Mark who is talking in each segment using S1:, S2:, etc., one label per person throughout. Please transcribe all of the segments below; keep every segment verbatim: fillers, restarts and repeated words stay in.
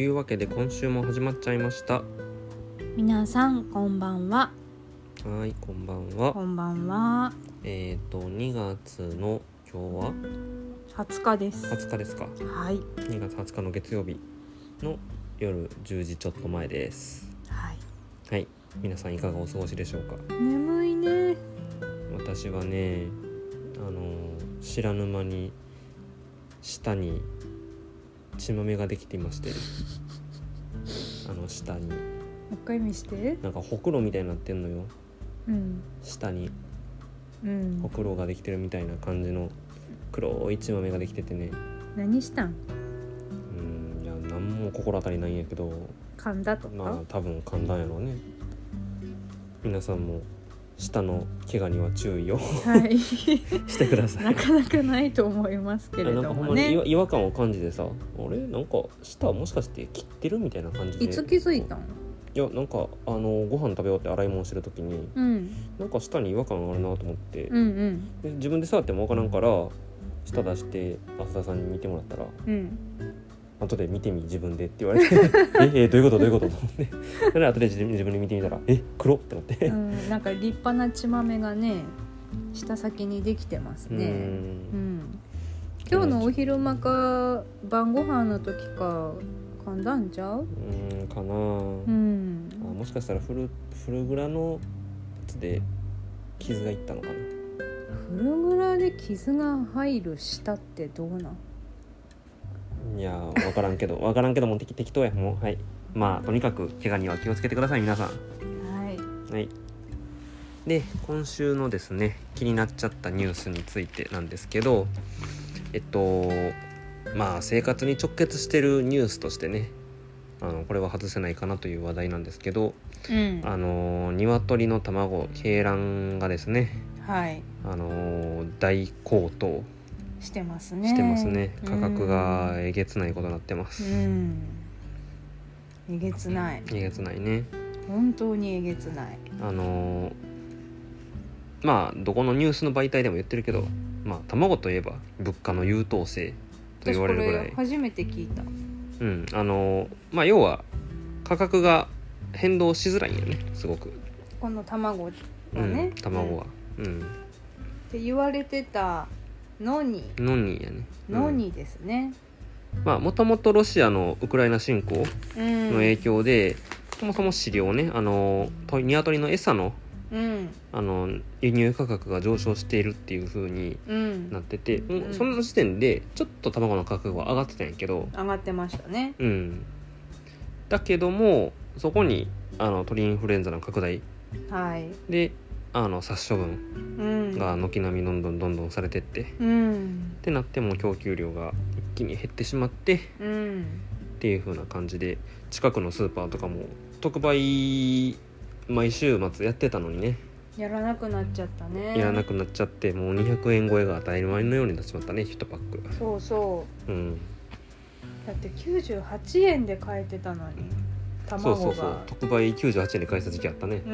S1: いうわけで今週も始まっちゃいました。
S2: 皆さんこんばんは。
S1: はい、こんばんは。
S2: こんばんは。
S1: えっ、ー、とにがつの今日は
S2: はつかです。
S1: はつかですか。
S2: はい。
S1: にがつはつかの月曜日の夜じゅうじちょっと前です。
S2: はい。
S1: はい、皆さんいかがお過ごしでしょうか。
S2: 眠いね。
S1: 私はね、あの知らぬ間に舌に血まめができていましてあの下に
S2: もう一回見して。
S1: なんかほくろみたいになってんのよ。
S2: うん
S1: 下に
S2: うん
S1: ほくろができてるみたいな感じの黒い血まめができててね。
S2: 何したん？
S1: うん、いや何も心当たりないんやけど、
S2: 噛んだとか、
S1: まあ多分噛んだんやろうね。皆さんも舌の怪我には注意を
S2: はい
S1: してください。
S2: なかなかないと思いますけれど
S1: なんかほん
S2: もね。
S1: まに違和違和感を感じてさ、あれなんか舌もしかして切ってるみたいな感じで。
S2: いつ気づいたん？
S1: いやなんかあのご飯食べようって洗い物してる時に、
S2: うん、
S1: なんか舌に違和感があるなと思って、
S2: うんうん
S1: で自分で触ってもわからんから舌出して浅田さんに見てもらったら、
S2: うん
S1: 後で見てみ自分でって言われてええどういうことどういうことと思ってそれで後で自分で見てみたらえ黒ってなって、
S2: うん、なんか立派な血豆がね舌先にできてますね。
S1: う
S2: うんん、今日のお昼間か晩ご飯の時か噛んだんちゃう？
S1: うんかな、
S2: うん、
S1: あもしかしたらフルフルグラのやつで傷がいったのかな。
S2: フルグラで傷が入る舌ってどうなん？
S1: いや分からんけど分からんけども適適当やもう。はい、まあとにかく怪我には気をつけてください皆さん。
S2: はい
S1: はい。で今週のですね気になっちゃったニュースについてなんですけど、えっとまあ生活に直結してるニュースとしてね、あのこれは外せないかなという話題なんですけど、
S2: うん、
S1: あの鶏の卵鶏卵がですね、
S2: はい
S1: あの大高騰
S2: してますね。
S1: してますね。価格がえげつないことになってます。
S2: うん、えげつない。
S1: えげつないね。
S2: 本当にえげつない。
S1: あのまあどこのニュースの媒体でも言ってるけど、まあ卵といえば物価の優等生と言われるぐらい。
S2: 私これ初めて聞いた。
S1: うん、あのまあ要は価格が変動しづらいんよねすごく。
S2: この卵はね、
S1: うん、卵は、うん、うん、
S2: って言われてたのに
S1: のにやね、うん、
S2: のにですね。
S1: まあもともとロシアのウクライナ侵攻の影響で、うん、そもそも飼料ね、あの鶏の餌の、うん、あの輸入価格が上昇しているっていう風になってて、うん、もうその時点でちょっと卵の価格は上がってたんやけど、
S2: 上がってましたね。
S1: うん、だけどもそこにあの鳥インフルエンザの拡大、はい、であの殺処分が軒並みどんどんどんどんされてって、うん、ってなっても供給量が一気に減ってしまって、うん、っていう風な感じで近くのスーパーとかも特売毎週末やってたのにね、
S2: やらなくなっちゃったね。
S1: やらなくなっちゃって、もうにひゃくえん超えが当たり前のようになってしまったねいちパック。
S2: そうそう、うん、だってきゅうじゅうはちえんで買えてたのに卵が。そうそうそう、
S1: 特売きゅうじゅうはちえんで買えた時期あったね。
S2: うん、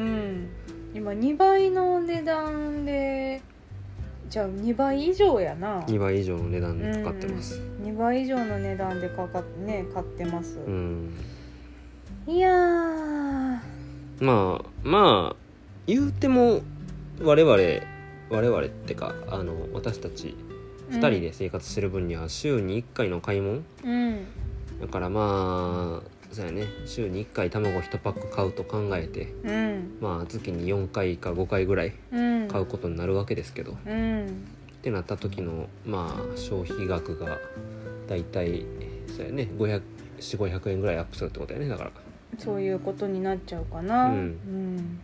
S2: 今にばいの値段で、じゃあにばい以上やな。
S1: にばい以上の値段でかかってます、
S2: うん、にばい以上の値段でかかってね買ってます、うん、いやー
S1: まあまあ言うても我々我々ってかあの私たちふたりで生活してる分には週にいっかいの買い物、うん、だからまあそうやね、週にいっかい卵いちパック買うと考えて、うん、まあ月によんかいかごかいぐらい買うことになるわけですけど、うん、ってなった時のまあ消費額がだいたいそうやねごひゃく、よんひゃくごひゃくえんぐらいアップするってことやね。だから
S2: そういうことになっちゃうかな、うんうん、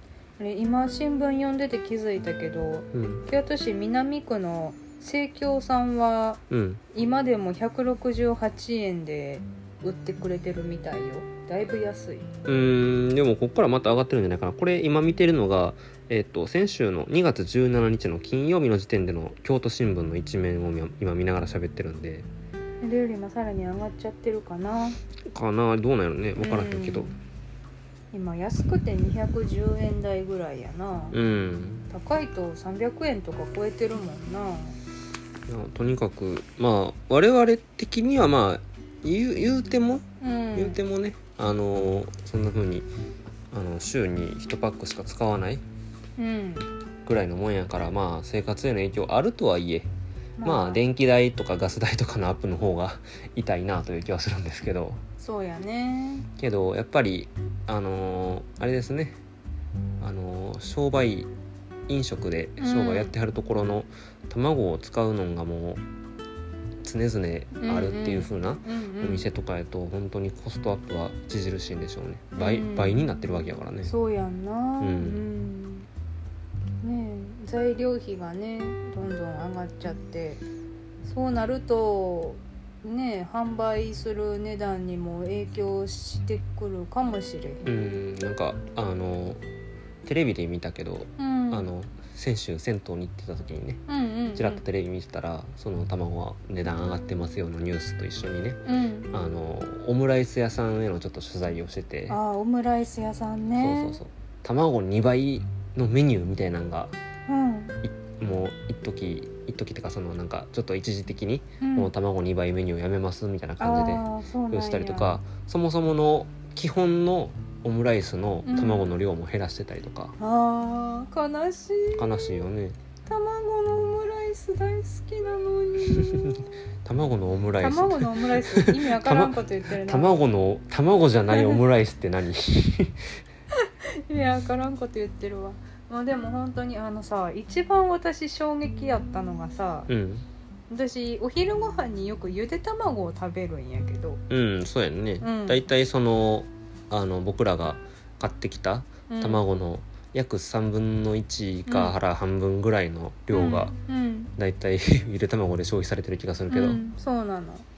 S2: 今新聞読んでて気づいたけど、うん、京都市南区の生協さんは、うん、今でもひゃくろくじゅうはちえんで売ってくれてるみたいよ。だいぶ安い。
S1: うーん、でもこっからまた上がってるんじゃないかな。これ今見てるのが、えー、と先週のにがつじゅうしちにちの金曜日の時点での京都新聞の一面を今見ながら喋ってるんで、
S2: それよりもさらに上がっちゃってるかな
S1: かな、どうなんやろね、分からへんけど、うん、
S2: 今安くてにひゃくじゅうえん台ぐらいやな、うん、高いとさんびゃくえんとか超えてるもんな。
S1: とにかくまあ我々的にはまあ言う、言うても、
S2: うん、
S1: 言うてもね、あのそんな風にあの週にいちパックしか使わないぐらいのもんやから、まあ生活への影響あるとはいえ、まあ、まあ電気代とかガス代とかのアップの方が痛いなという気はするんですけど。
S2: そうやね。
S1: けどやっぱりあのあれですね、あの商売飲食で商売やってはるところの卵を使うのがもう常々あるっていう風なお店とかやと本当にコストアップは著しいんでしょうね。 倍,、うん、倍になってるわけやからね。
S2: そうやんな、うんうん、ねえ材料費がねどんどん上がっちゃって、そうなるとね販売する値段にも影響してくるかもしれへん。
S1: うんなんかあのテレビで見たけど、うん、あの先週銭湯に行ってた時にね、うんうんうん、ちらっとテレビ見てたらその卵は値段上がってますよのニュースと一緒にね、うん、あのオムライス屋さんへのちょっと取材をしてて、
S2: あオムライス屋さんね、
S1: そうそうそう卵にばいのメニューみたいなのが、うん、もう一時一時ってかそのなんかちょっと一時的に、うん、もう卵にばいメニューやめますみたいな感じで用意したりとか、そもそもの基本のオムライスの卵の量も減らしてたりとか、
S2: うん、あー悲しい
S1: 悲しいよね。
S2: 卵のオムライス大好きなのに
S1: 卵のオムライス
S2: 卵のオムライス意味わからんこと言ってるな
S1: 卵の卵じゃないオムライスって何意
S2: 味わからんこと言ってるわ。まあ、でも本当にあのさ一番私衝撃やったのがさ、うん、私お昼ご飯によくゆで卵を食べるんやけど、
S1: うんそうやんね、うん、だいたいそのあの僕らが買ってきた卵の約さんぶんのいちか腹半分ぐらいの量がだいたいゆで卵で消費されてる気がするけど、うん、
S2: そうなの、うん、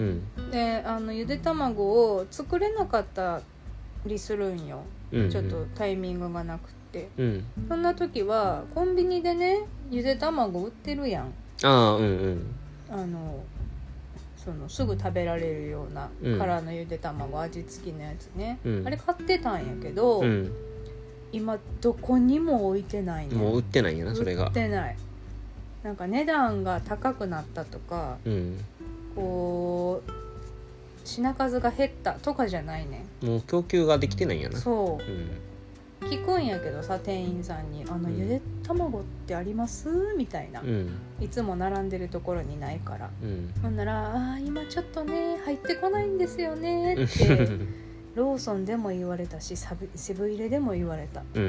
S2: であのゆで卵を作れなかったりするんよ、うんうん、ちょっとタイミングがなくて、うん、そんな時はコンビニでねゆで卵売ってるやん。
S1: あー、うんうん、
S2: あのそのすぐ食べられるような殻のゆで卵、うん、味付きのやつね、うん、あれ買ってたんやけど、うん、今どこにも置いてないね。
S1: もう売ってないんやなそれが。
S2: 売ってない。なんか値段が高くなったとか、うん、こう品数が減ったとかじゃないね。
S1: もう供給ができてないんやな。
S2: そう、うん聞くんやけどさ店員さんにあの、うん、ゆで卵ってありますみたいな、うん、いつも並んでるところにないから、うん、ほんならあ今ちょっとね入ってこないんですよねってローソンでも言われたしセブン入れでも言われた、うんうんうん、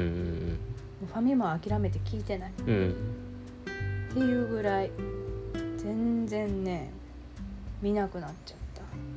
S2: ファミマは諦めて聞いてない、うん、っていうぐらい全然ね見なくなっちゃった。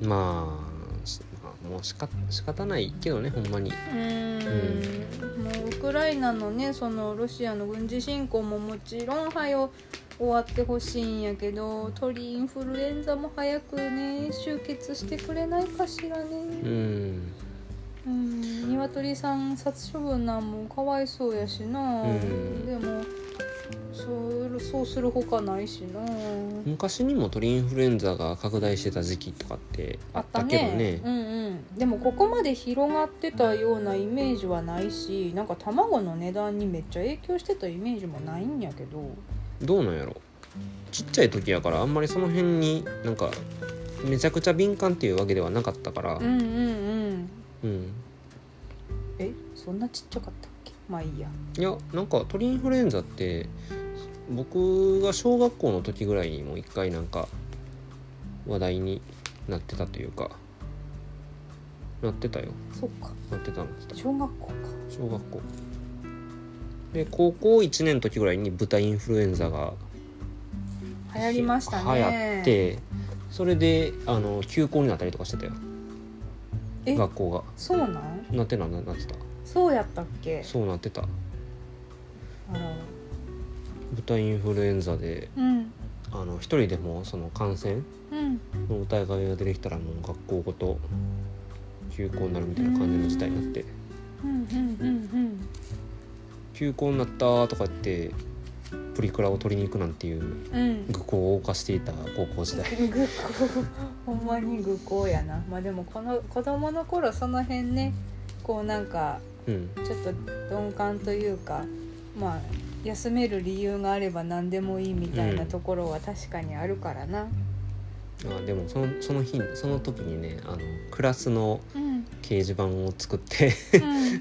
S1: まあもうしか仕方ないけどねほんまに。う
S2: ーん、もうウクライナのねそのロシアの軍事侵攻ももちろん早く終わってほしいんやけど鳥インフルエンザも早くね終結してくれないかしらね。うんうん鶏さん殺処分なんもかわいそうやしな。うんでもそうそうするほかないしな。
S1: 昔にも鳥インフルエンザが拡大してた時期とかってあったけどね。ね
S2: うんうん、でもここまで広がってたようなイメージはないしなんか卵の値段にめっちゃ影響してたイメージもないんやけど。
S1: どうなんやろちっちゃい時やからあんまりその辺になんかめちゃくちゃ敏感っていうわけではなかったから。うんうんうん
S2: うんえそんなちっちゃかったっけ。まあいいや。
S1: いやなんか鳥インフルエンザって僕が小学校の時ぐらいにも一回なんか話題になってたというかなってたよ。
S2: そっか
S1: なってたなってた。
S2: 小学校か。
S1: 小学校で高校いちねんの時ぐらいに豚インフルエンザが
S2: 流行りましたね。
S1: 流行ってそれであの休校になったりとかしてたよ。え学校が。
S2: そうなん
S1: なってななってた。
S2: そうやったっけ。
S1: そうなってた。あら豚インフルエンザで、うん、あの一人でもその感染の疑いが出てきたらもう学校ごと休校になるみたいな感じの事態になって、うんうんうんうん、休校になったとかってプリクラを取りに行くなんていう愚行を犯していた高校時代、うん、
S2: 愚行ほんまに愚行やな。まあでもこの子供の頃その辺ねこうなんかちょっと鈍感というか、まあ休める理由があれば何でもいいみたいなところは確かにあるからな、
S1: あでもその、その日その時にねあのクラスの掲示板を作って、うん、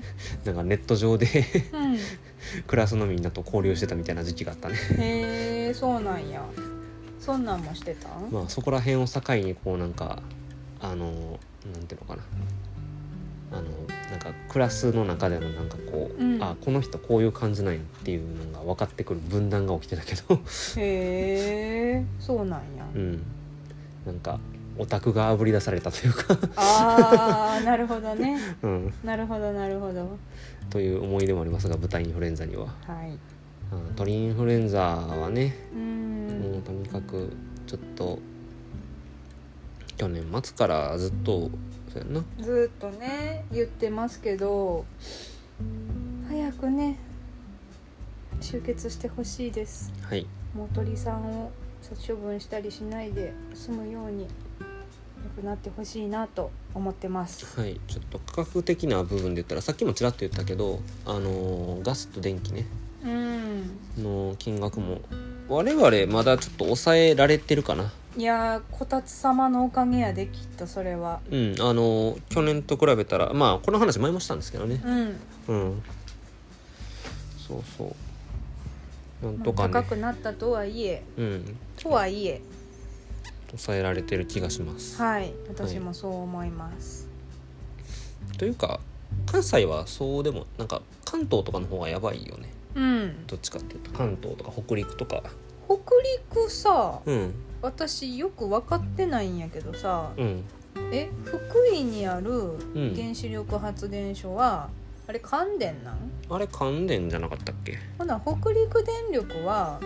S1: なんかネット上で、うん、クラスのみんなと交流してたみたいな時期があったね。
S2: へえ、そうなんや。そんなんもしてた？
S1: まあそこら辺を境にこうなんかあのなんていうのかなあのなんかクラスの中でのなんかこう、うん、あこの人こういう感じなんやっていうのが分かってくる分断が起きてたけど
S2: へえ、そうなんや。
S1: うんなんかオタクがあぶり出されたというか
S2: ああなるほどね、
S1: うん、
S2: なるほどなるほど
S1: という思い出もありますが、豚インフルエンザには、はい、鳥インフルエンザはねうんもうとにかくちょっと去年末からずっとそうやな
S2: ずっとね言ってますけど早くね終結してほしいです。はい。もう鳥さんを殺処分したりしないで済むように良くなってほしいなと思ってます。
S1: はい、ちょっと価格的な部分で言ったらさっきもちらっと言ったけど、あのー、ガスと電気ね、うん、の金額も我々まだちょっと抑えられてるかな。
S2: いやこたつ様のおかげやできっとそれは。
S1: うんあのー、去年と比べたらまあこの話前もしたんですけどね。うん、うん、そうそうなんとかね、
S2: 高くなったとはいえ、うん、とはいえ
S1: 抑えられてる気がします。
S2: はい私もそう思います、
S1: はい、というか関西はそうでもなんか関東とかの方がやばいよね、うん、どっちかっていうと関東とか北陸とか。
S2: 北陸さ、うん、私よく分かってないんやけどさ、うん、え福井にある原子力発電所は、うん、あれ関電なん？
S1: あれ関電じゃなかったっけ？
S2: ほな北陸電力は、うん、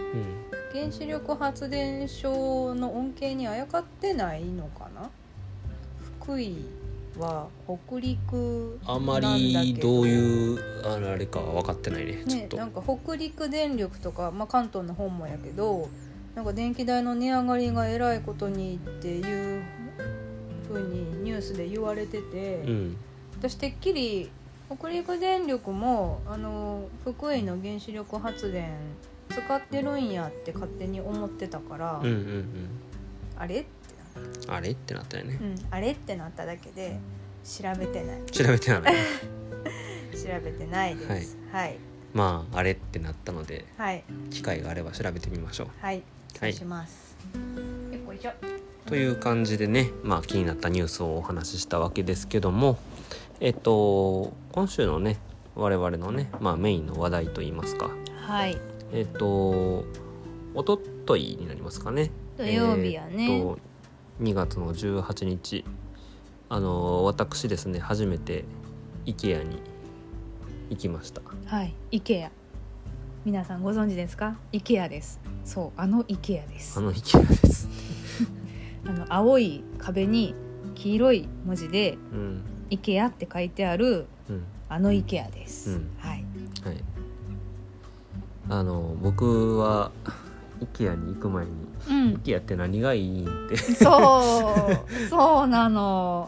S2: 原子力発電所の恩恵にあやかってないのかな。福井は北陸
S1: あまりどういうあれかは分かってない ね, ねちょっと
S2: なんか北陸電力とか、まあ、関東の方もやけどなんか電気代の値上がりがえらいことにっていう風にニュースで言われてて、うん、私てっきり北陸電力もあの福井の原子力発電使ってるんやって勝手に思ってたから、うんうんうん、あれって
S1: あれってなったよね、
S2: うん、あれってなっただけで調べてない
S1: 調べてない
S2: 調べてないです、はい、はい、
S1: まああれってなったので、はい、機会があれば調べてみましょう。
S2: はいそうします、はい、よっこいしょ
S1: という感じでね、まあ、気になったニュースをお話ししたわけですけども、えっと今週のね我々のね、まあ、メインの話題といいますか、はい、えっとおとといになりますかね、
S2: 土曜日やね、えー、
S1: にがつのじゅうはちにちあの私ですね初めて IKEA に行きました。
S2: はい IKEA 皆さんご存知ですか？ IKEA です。そうあの IKEA です。
S1: あの IKEA です
S2: あの青い壁に黄色い文字で、うん、IKEA って書いてある、うん、あの IKEA です、うん、はい、はい、
S1: あの僕は IKEA に行く前に、うん、IKEA って何がいいんって
S2: そうそうなの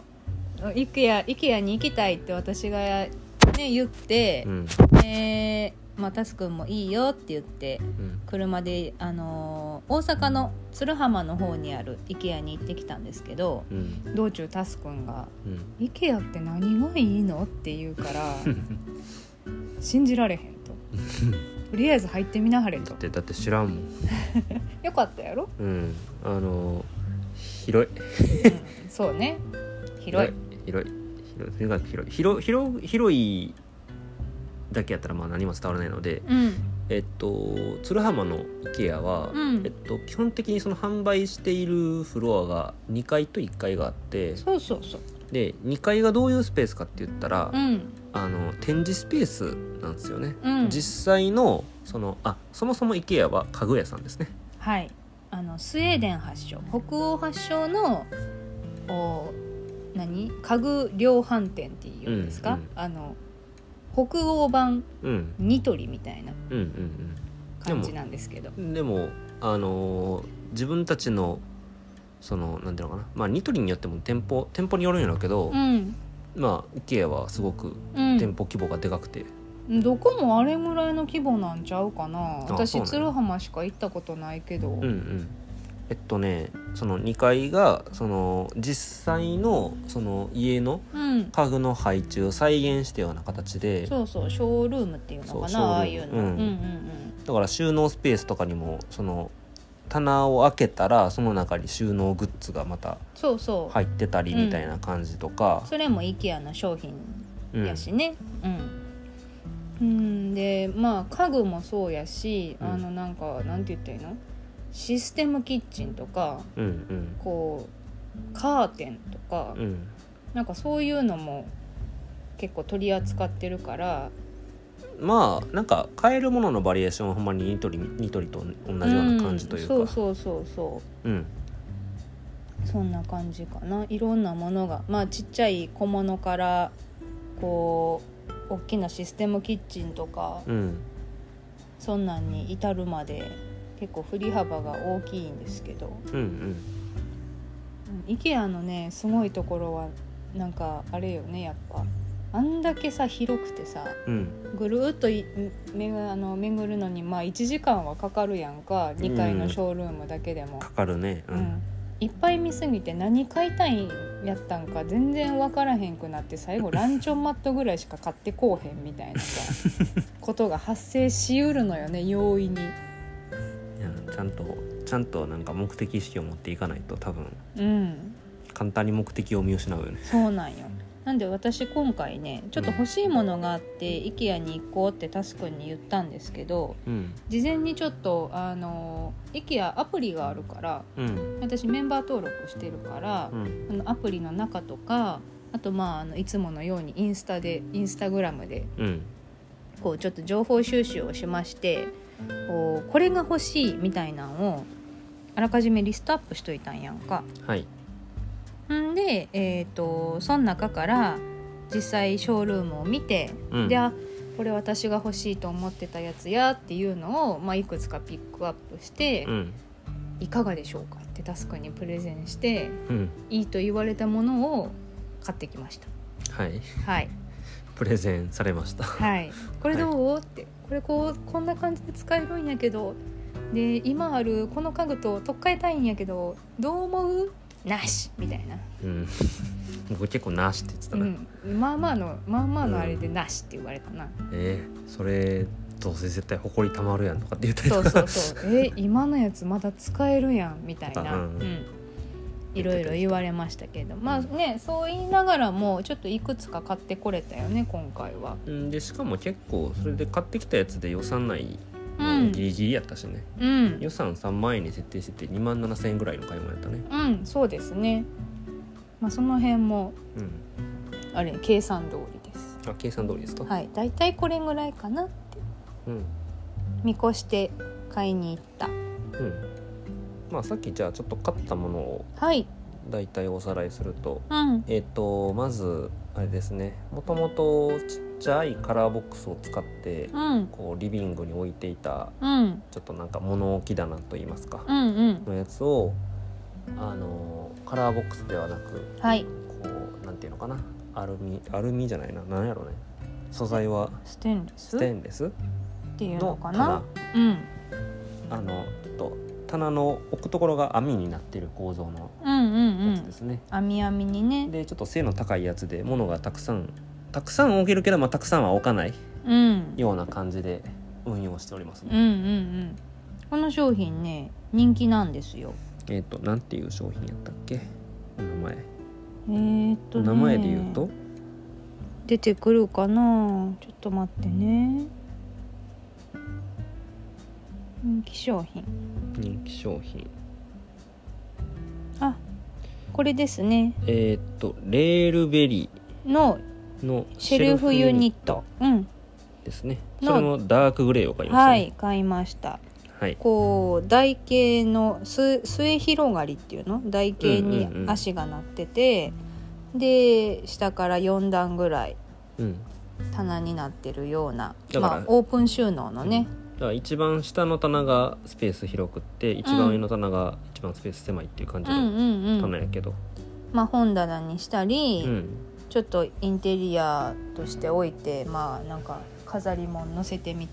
S2: IKEA, IKEA に行きたいって私が、ね、言って、うんえーまあ、タスくんもいいよって言って、うん、車で、あのー、大阪の鶴浜の方にある IKEA に行ってきたんですけど、うん、道中タスくんが、うん、IKEA って何がいいのって言うから信じられへんととりあえず入ってみなはれと。
S1: だってだって知らんもん
S2: よかったやろ。
S1: うんあの広い、
S2: うん、そうね広い
S1: 広い広い広い広い広い広いだけやったらまあ何も伝わらないので、うん、えっと鶴浜の IKEA は、うんえっと、基本的にその販売しているフロアがにかいといっかいがあって、
S2: そうそうそう
S1: でにかいがどういうスペースかって言ったら、うん、あの展示スペースなんですよね、うん、実際のそのあそもそも IKEA は家具屋さんですね。
S2: はいあのスウェーデン発祥北欧発祥のお何家具量販店っていうんですか、うんうん、あの北欧版ニトリみたいな感じなんですけど、
S1: うんうんうん、でも、でもあのー、自分たちのそのなんていうのかな、まあニトリによっても店舗店舗によるんやろうけど、うん、まあ IKEA はすごく店舗規模がでかくて、
S2: うん、どこもあれぐらいの規模なんちゃうかな。私鶴浜しか行ったことないけど、うんうん、
S1: えっとねそのにかいがその実際のその家の家具の配置を再現したような形で、
S2: うん、そうそうショールームっていうのかな、ああいうの、うんうんうん、
S1: だから収納スペースとかにもその棚を開けたらその中に収納グッズがまた入ってたりみたいな感じとか、
S2: うん、それも IKEA の商品やしね、うん、うん、でまあ家具もそうやし、うん、あのなんかなんて言ったらいいの、システムキッチンとか、うんうん、こうカーテンとか、うん、なんかそういうのも結構取り扱ってるから、
S1: まあなんか買えるもののバリエーションはほんまにニトリニトリと同じような感じというか、
S2: うん、そうそうそうそう、うん、そんな感じかな。いろんなものがまあちっちゃい小物からこう大きなシステムキッチンとか、うん、そんなんに至るまで結構振り幅が大きいんですけど、うんうん、IKEA のねすごいところはなんかあれよね、やっぱあんだけさ広くてさ、うん、ぐるっとめあの巡るのにまあいちじかんはかかるやんか、にかいのショールームだけでも、うん、
S1: かかるね、うんうん、
S2: いっぱい見すぎて何買いたいんやったんか全然分からへんくなって、最後ランチョンマットぐらいしか買ってこうへんみたいなさことが発生しうるのよね、容易に。い
S1: やちゃんとちゃんとなんか目的意識を持っていかないと多分、うん、簡単に目的を見失うよね。
S2: そうなんよ。なんで私今回ねちょっと欲しいものがあって、うん、IKEA に行こうってタスくんに言ったんですけど、うん、事前にちょっとあの IKEA アプリがあるから、うん、私メンバー登録してるから、うん、あのアプリの中とか、あとまあ、あのいつものようにインスタでインスタグラムで、うん、こうちょっと情報収集をしまして、こうこれが欲しいみたいなのをあらかじめリストアップしといたんやんか。はい。んで、えーと、その中から実際ショールームを見て、うん、であこれ私が欲しいと思ってたやつやっていうのを、まあ、いくつかピックアップして、うん、いかがでしょうかってタスクにプレゼンして、うん、いいと言われたものを買ってきました。
S1: はい、
S2: はい、
S1: プレゼンされました。
S2: はい、これどう、はい、ってこれこうこんな感じで使えるんやけど、で今あるこの家具と取っ替えたいんやけどどう思う？なしみたいな、うん、
S1: 僕結構なしって言ってたな、
S2: うん、まあまあのまあまあのあれでなしって言われたな、うん、
S1: えー、それどうせ絶対ほこりたまるやんとかって言ったりと
S2: か、そうそうそうえ今のやつまだ使えるやんみたいな、うんうん、いろいろ言われましたけど、まあねそう言いながらもちょっといくつか買ってこれたよね今回は、
S1: うん、でしかも結構それで買ってきたやつで予算内ギリギリやったしね、うん、予算さんまんえんに設定しててにまんななせんえんぐらいの買い物やったね。
S2: うんそうですね、まあ、その辺も、うん、あれ計算通りです。
S1: あ計算通りですか。
S2: はい、だいたいこれぐらいかなって、うん、見越して買いに行った、うん、
S1: まあさっきじゃあちょっと買ったものをだいたいおさらいすると、
S2: うん、
S1: えっとまずあれですね、もともとちっちゃいカラーボックスを使って、うん、こうリビングに置いていた、うん、ちょっとなんか物置棚といいますか、うんうん、のやつをあのカラーボックスではなく、はい、こうなんていうのかな、アルミアルミじゃないな、なんやろうね、素材は
S2: ステンレス
S1: ステンレス
S2: っていうのかな、うん、
S1: あのちょっと棚の置くところが網になっている構造のやつですね、
S2: うんうんうん、網網にね、
S1: でちょっと背の高いやつで物がたくさんたくさん置けるけど、まあ、たくさんは置かない、うん、ような感じで運用しておりますね、
S2: うんうんうん、この商品ね人気なんですよ。
S1: えっ、ー、となんていう商品やったっけ、お名前
S2: えーっとね、
S1: 名前で言うと
S2: 出てくるかな、ちょっと待ってね、人気商品
S1: 人気商品
S2: あこれですね、
S1: えっ、ー、とレールベリ
S2: ーののシェルフユニット、うん、
S1: ですね。それもダークグレーを買いましたね。
S2: はい買いました、はい、こう台形のす末広がりっていうの、台形に足がなってて、うんうんうん、で下からよん段ぐらい棚になってるような、うん、まあ、オープン収納のね、
S1: うん、だから一番下の棚がスペース広くって一番上の棚が一番スペース狭いっていう感じの棚やけど、うんうん
S2: うん、まあ、本棚にしたり、うん、ちょっとインテリアとして置いて、まあなんか飾り物載せてみたり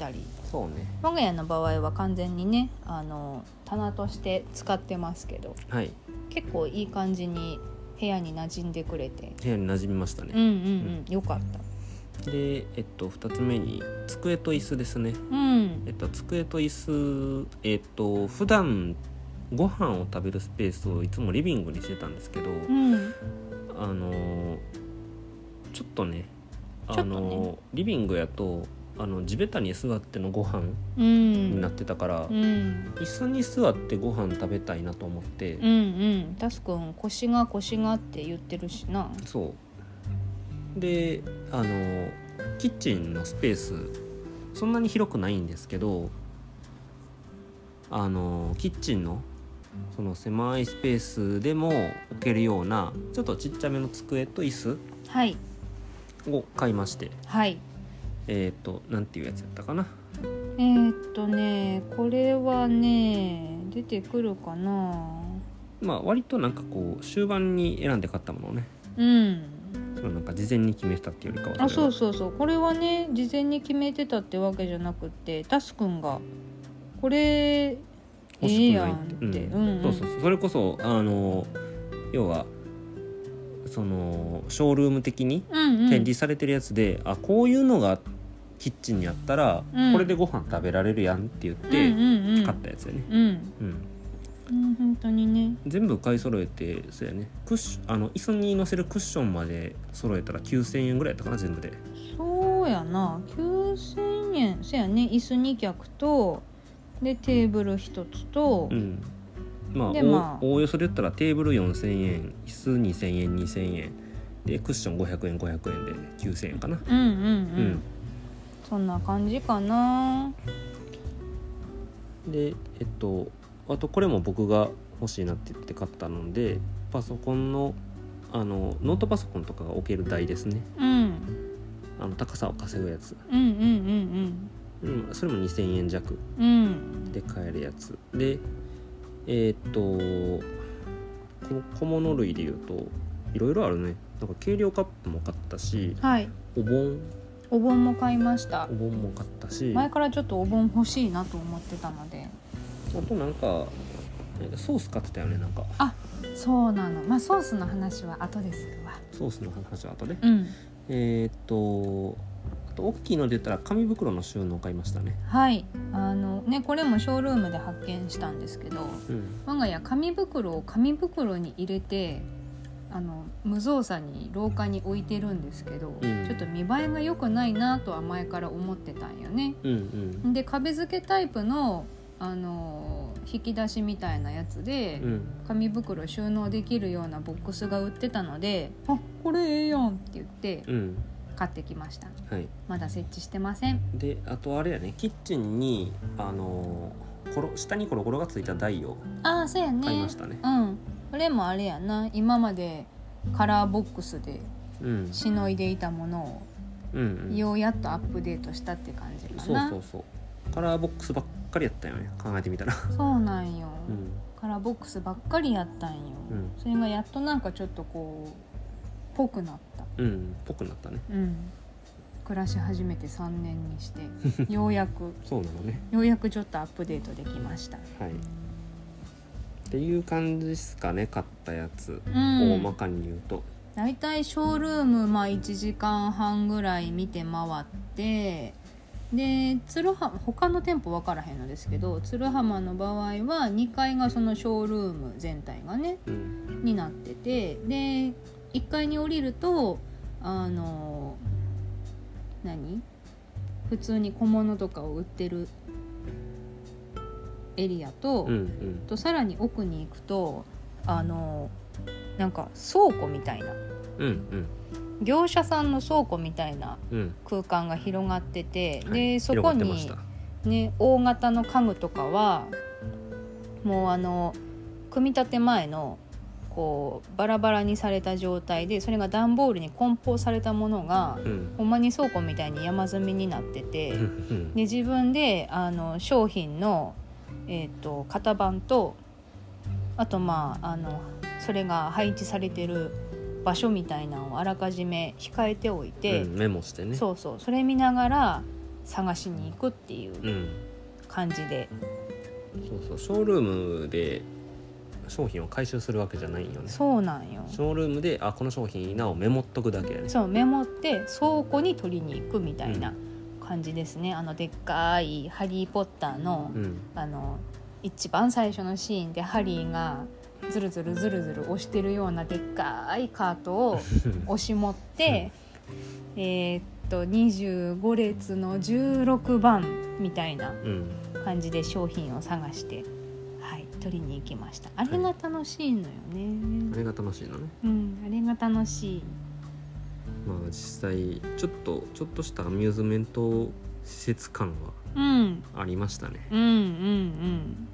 S1: そうね、
S2: 我が家の場合は完全にねあの棚として使ってますけど、
S1: はい、
S2: 結構いい感じに部屋に馴染んでくれて、
S1: 部屋に馴染みましたね。
S2: うんうんうん、うん、よかった。
S1: で、えっと、ふたつめに机と椅子ですね、
S2: うん、
S1: えっと、机と椅子、えっと、普段ご飯を食べるスペースをいつもリビングにしてたんですけど、
S2: うん、
S1: あのちょっとね、あ
S2: ちょっと
S1: の
S2: ね
S1: リビングやとあの地べたに座ってのご飯
S2: うん
S1: になってたから、
S2: うん、
S1: 椅子に座ってご飯食べたいなと思って、
S2: うんうんタスくん腰が腰がって言ってるしな。
S1: そうで、あのキッチンのスペースそんなに広くないんですけど、あのキッチンのその狭いスペースでも置けるようなちょっとちっちゃめの机と椅子
S2: はい
S1: を買いまして、
S2: はい
S1: えっとなんていうやつやったかな、
S2: えー、っとねこれはね出てくるかな。
S1: まあ割となんかこう終盤に選んで買ったものをね、
S2: うん
S1: そのなんか事前に決めたっていうよりかは、
S2: あそうそうそうこれはね事前に決めてたってわけじゃなくってタスくんがこれ
S1: 欲しくない
S2: ええやんって、うんうんうん、
S1: そうそうそうそれこそあの要はそのショールーム的に展示されてるやつで、うんうん、あこういうのがキッチンにあったら、うん、これでご飯食べられるやんって言って買ったやつやね、
S2: うんうんうんうん、本当にね
S1: 全部買い揃えてそうやねクッションあの椅子に乗せるクッションまで揃えたらきゅうせんえんぐらいやったかな全部で。
S2: そうやなきゅうせんえんそうやね椅子に脚とでテーブルひとつと、
S1: うんまあ、
S2: でまあ
S1: おおおよそで言ったらテーブルよんせんえん椅子にせんえんにせんえんでクッションごひゃくえんごひゃくえんできゅうせんえんかな。
S2: うんうんうん、
S1: うん、
S2: そんな感じかな。
S1: でえっとあとこれも僕が欲しいなって言って買ったのでパソコンのあのノートパソコンとかが置ける台ですね、
S2: うん、
S1: あの高さを稼ぐやつ、
S2: うんうんうん
S1: うん、それもにせんえん弱
S2: うん
S1: で買えるやつで、えー、っとこの小物類でいうといろいろあるね。なんか計量カップも買ったし、
S2: はい、
S1: お盆
S2: お盆も買いました。
S1: お盆も買ったし
S2: 前からちょっとお盆欲しいなと思ってたので、
S1: あとなんかソース買ってたよね。なんか
S2: あそうなの、まあソースの話は後ですわ。
S1: ソースの話は後で、
S2: うん、
S1: えー、っとあと大きいので言ったら紙袋の収納を買いましたね。
S2: はいあのねこれもショールームで発見したんですけど、
S1: うん、
S2: 我が家紙袋を紙袋に入れてあの無造作に廊下に置いてるんですけど、うん、ちょっと見栄えが良くないなとは前から思ってたんよね、
S1: うんうん、
S2: で壁付けタイプの、あの引き出しみたいなやつで、うん、紙袋収納できるようなボックスが売ってたので、あこれええやんって言って買ってきました、
S1: はい、
S2: まだ設置してません。
S1: であとあれやねキッチンにあのコロ下にコロコロがついた台を買いましたね。
S2: うん、これもあれやな今までカラーボックスでしのいでいたものを、うんうん、ようやっとアップデートしたって感じかな。
S1: そうそうそうカラーボックスばっかりやったよね考えてみたら。
S2: そうなんよ、
S1: うん、
S2: カラーボックスばっかりやったんよ、うん、それがやっとなんかちょっとこうぽくなった。
S1: うんぽくなったね、
S2: うん、暮らし始めてさんねんにしてようやく
S1: そうなのね
S2: ようやくちょっとアップデートできました。
S1: はいっていう感じですかね買ったやつ、うん、大まかに言うと
S2: だいたいショールーム、まあ、いちじかんはんぐらい見て回ってで鶴浜他の店舗分からへんのですけど鶴浜の場合はにかいがそのショールーム全体がね、うん、になっててでいっかいに降りるとあの何普通に小物とかを売ってるエリア と,、うんうん、とさらに奥に行くとあのなんか倉庫みたいな、うんうん、業者さんの倉庫みたいな空間が広がってて、うん、で、はい、そこに、ね、大型の家具とかはもうあの組み立て前のこうバラバラにされた状態でそれが段ボールに梱包されたものが、うん、ほんまに倉庫みたいに山積みになってて、うん、で自分であの商品のえー、と型番とあとまああのそれが配置されてる場所みたいなのをあらかじめ控えておいて、
S1: うん、メモしてね
S2: そうそうそれ見ながら探しに行くっていう感じで、
S1: うん、そうそうショールームで商品を回収するわけじゃないんよね。
S2: そうなんよ。
S1: ショールームであこの商品いいなをメモっとくだけやね。
S2: そうメモって倉庫に取りに行くみたいな感じですね、うん、あのでっかいハリーポッターの、うん、あの一番最初のシーンでハリーがズルズルズルズル押してるようなでっかいカートを押し持ってえーっとにじゅうご列のじゅうろくばんみたいな感じで商品を探して、はい、取りに行きました。あれが楽しいのよね、
S1: はい、あれが楽しいのね。
S2: うん、あれが楽しい。
S1: まあ実際ちょっとちょっとしたアミューズメント施設感はありましたね、
S2: うん、うんうんうん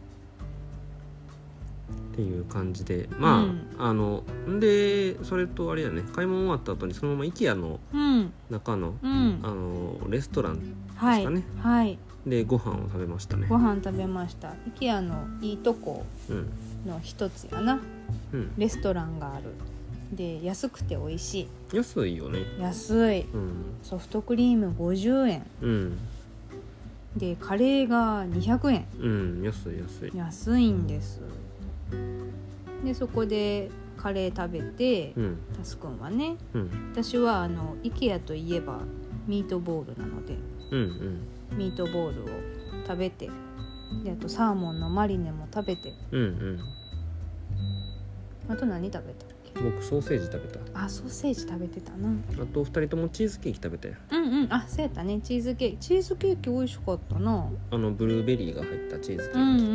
S1: っていう感じで、まあ、うん、あのでそれとあれやね、買い物終わった後にそのまま IKEA の中の、うん、あのレストランですかね、
S2: はいはい、
S1: でご飯を食べましたね。
S2: ご飯食べました。 IKEA のいいとこの一つやな、うん、レストランがあるで安くて美味し
S1: い。安いよね。
S2: 安い、うん、ソフトクリームごじゅうえん、うん、でカレーがにひゃくえん、
S1: うん、安い安い
S2: 安いんです。でそこでカレー食べて、うん、タスくんはね、うん、私はあの IKEA といえばミートボールなので、うんうん、ミートボールを食べて、であとサーモンのマリネも食べて、うんうん、あと何食べたっけ。
S1: 僕ソーセージ食べた。
S2: あ、ソーセージ食べてたな。
S1: あとふたりともチーズケーキ食べたよ。
S2: うんうん、あ、そうやったね、チーズケーキ。チーズケーキ美味しかったな。
S1: あのブルーベリーが入ったチーズケーキ、
S2: うんうんうん、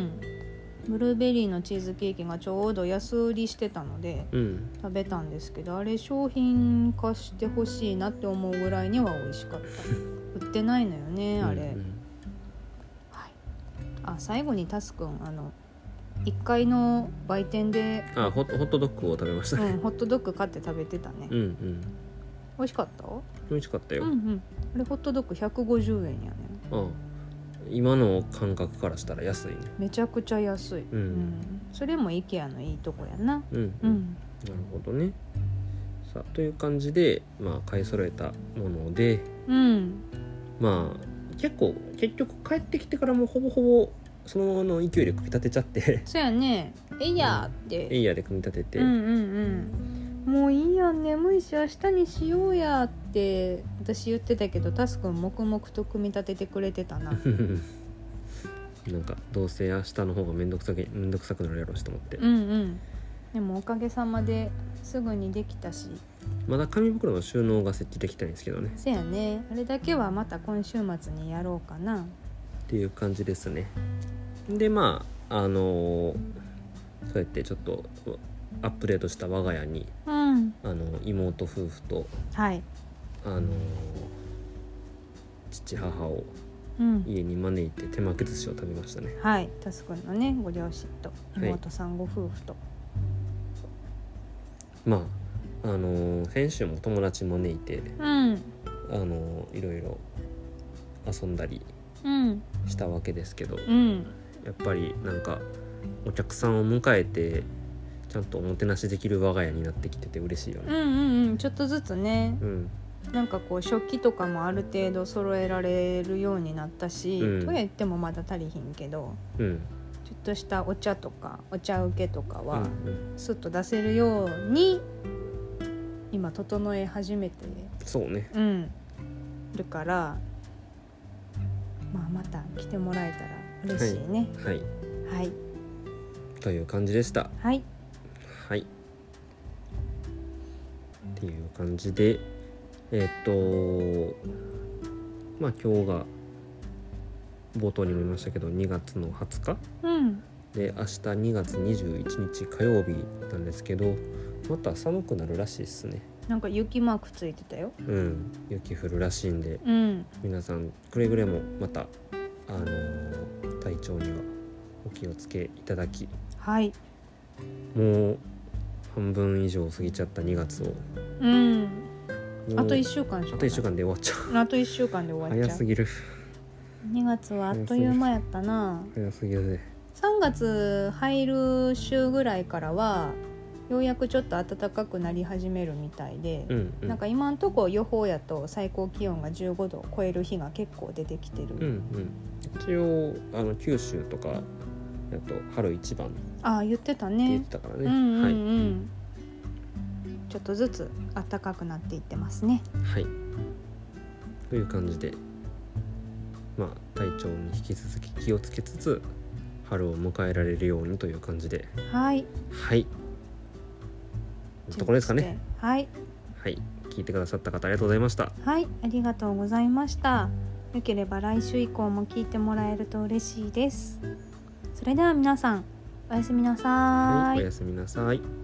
S2: ブルーベリーのチーズケーキがちょうど安売りしてたので、うん、食べたんですけど、あれ商品化してほしいなって思うぐらいには美味しかった。売ってないのよねあれ、うんうん、はい、あ、最後にタスくんあのいっかいの売店で
S1: あ ホ, ホットドッグを食べましたね、
S2: うん、ホットドッグ買って食べてたね、うんうん、美味しかった。
S1: 美味しかったよ、
S2: うんうん、あれホットドッグひゃくごじゅうえんやね。
S1: ああ、今の感覚からしたら安いね。
S2: めちゃくちゃ安い、うんうん、それも IKEA のいいとこやな、うんうん、
S1: なるほどね。さあという感じで、まあ、買い揃えたもので、うん、まあ結構結局帰ってきてからもほぼほぼそのままの勢いで組み立てちゃって
S2: そうやね、えいやって、
S1: うん、えいやで組み立てて、
S2: うんうんうん、もういいやん眠いし明日にしようやって私言ってたけど、タスくん黙々と組み立ててくれてたな
S1: なんかどうせ明日の方がめんどくさくめんどくさくなるやろうしと思って、
S2: うんうん、でもおかげさまですぐにできたし、
S1: まだ紙袋の収納が設置できたいんですけどね。
S2: そうやね、あれだけはまた今週末にやろうかな
S1: っていう感じですね。でまああのー、そうやってちょっとアップデートした我が家に、うん、あの妹夫婦と、はい、あのー、父母を家に招いて手巻き寿司を食べましたね。
S2: はい、タスくんのねご両親と妹さんご夫婦と、はい、
S1: まああのー、先週も友達招いて、うん、あのー、いろいろ遊んだりしたわけですけど、うん、やっぱりなんかお客さんを迎えてちゃんとおもてなしできる我が家になってきてて嬉しいよね。
S2: うんうんうん、ちょっとずつね、うん、なんかこう食器とかもある程度揃えられるようになったし、うん、とは言ってもまだ足りひんけど、うん、ちょっとしたお茶とかお茶受けとかはスッと出せるように今整え始めて
S1: そうね、
S2: うん、るから、まあ、また来てもらえたら嬉しいね。
S1: はい、はいはい、という感じでした。
S2: はい
S1: はいっていう感じでえっとまあ今日が冒頭にも言いましたけどにがつのはつか、うん、で明日にがつにじゅういちにち火曜日なんですけど、また寒くなるらしいですね。
S2: なんか雪マークついてたよ。
S1: うん、雪降るらしいんで、うん、皆さんくれぐれもまたあのー、体調にはお気をつけいただき、
S2: はい、
S1: もう半分以上過ぎちゃったにがつを、
S2: うん、あといっしゅうかんしか
S1: あといっしゅうかんで終わっちゃう。
S2: あといっしゅうかんで終わっちゃう。
S1: 早すぎる。
S2: にがつはあっという間やったな。
S1: 早すぎるね。
S2: さんがつ入る週ぐらいからはようやくちょっと暖かくなり始めるみたいで、
S1: うんうん、
S2: なんか今のとこ予報やと最高気温がじゅうごどを超える日が結構出てきてる、
S1: うんうん、一応あの九州とかやと春一番
S2: ああ言ってたね
S1: って言ってたからね、
S2: うんうんうん、
S1: はい、
S2: ちょっとずつ暖かくなっていってますね。
S1: はいという感じで、まあ体調に引き続き気をつけつつ春を迎えられるようにという感じで、
S2: はい
S1: はいところですかね。
S2: はい
S1: はい聞いてくださった方ありがとうございました。
S2: はいありがとうございました。よければ来週以降も聞いてもらえると嬉しいです。それでは皆さんおやすみなさい。
S1: はい、おやすみなさい。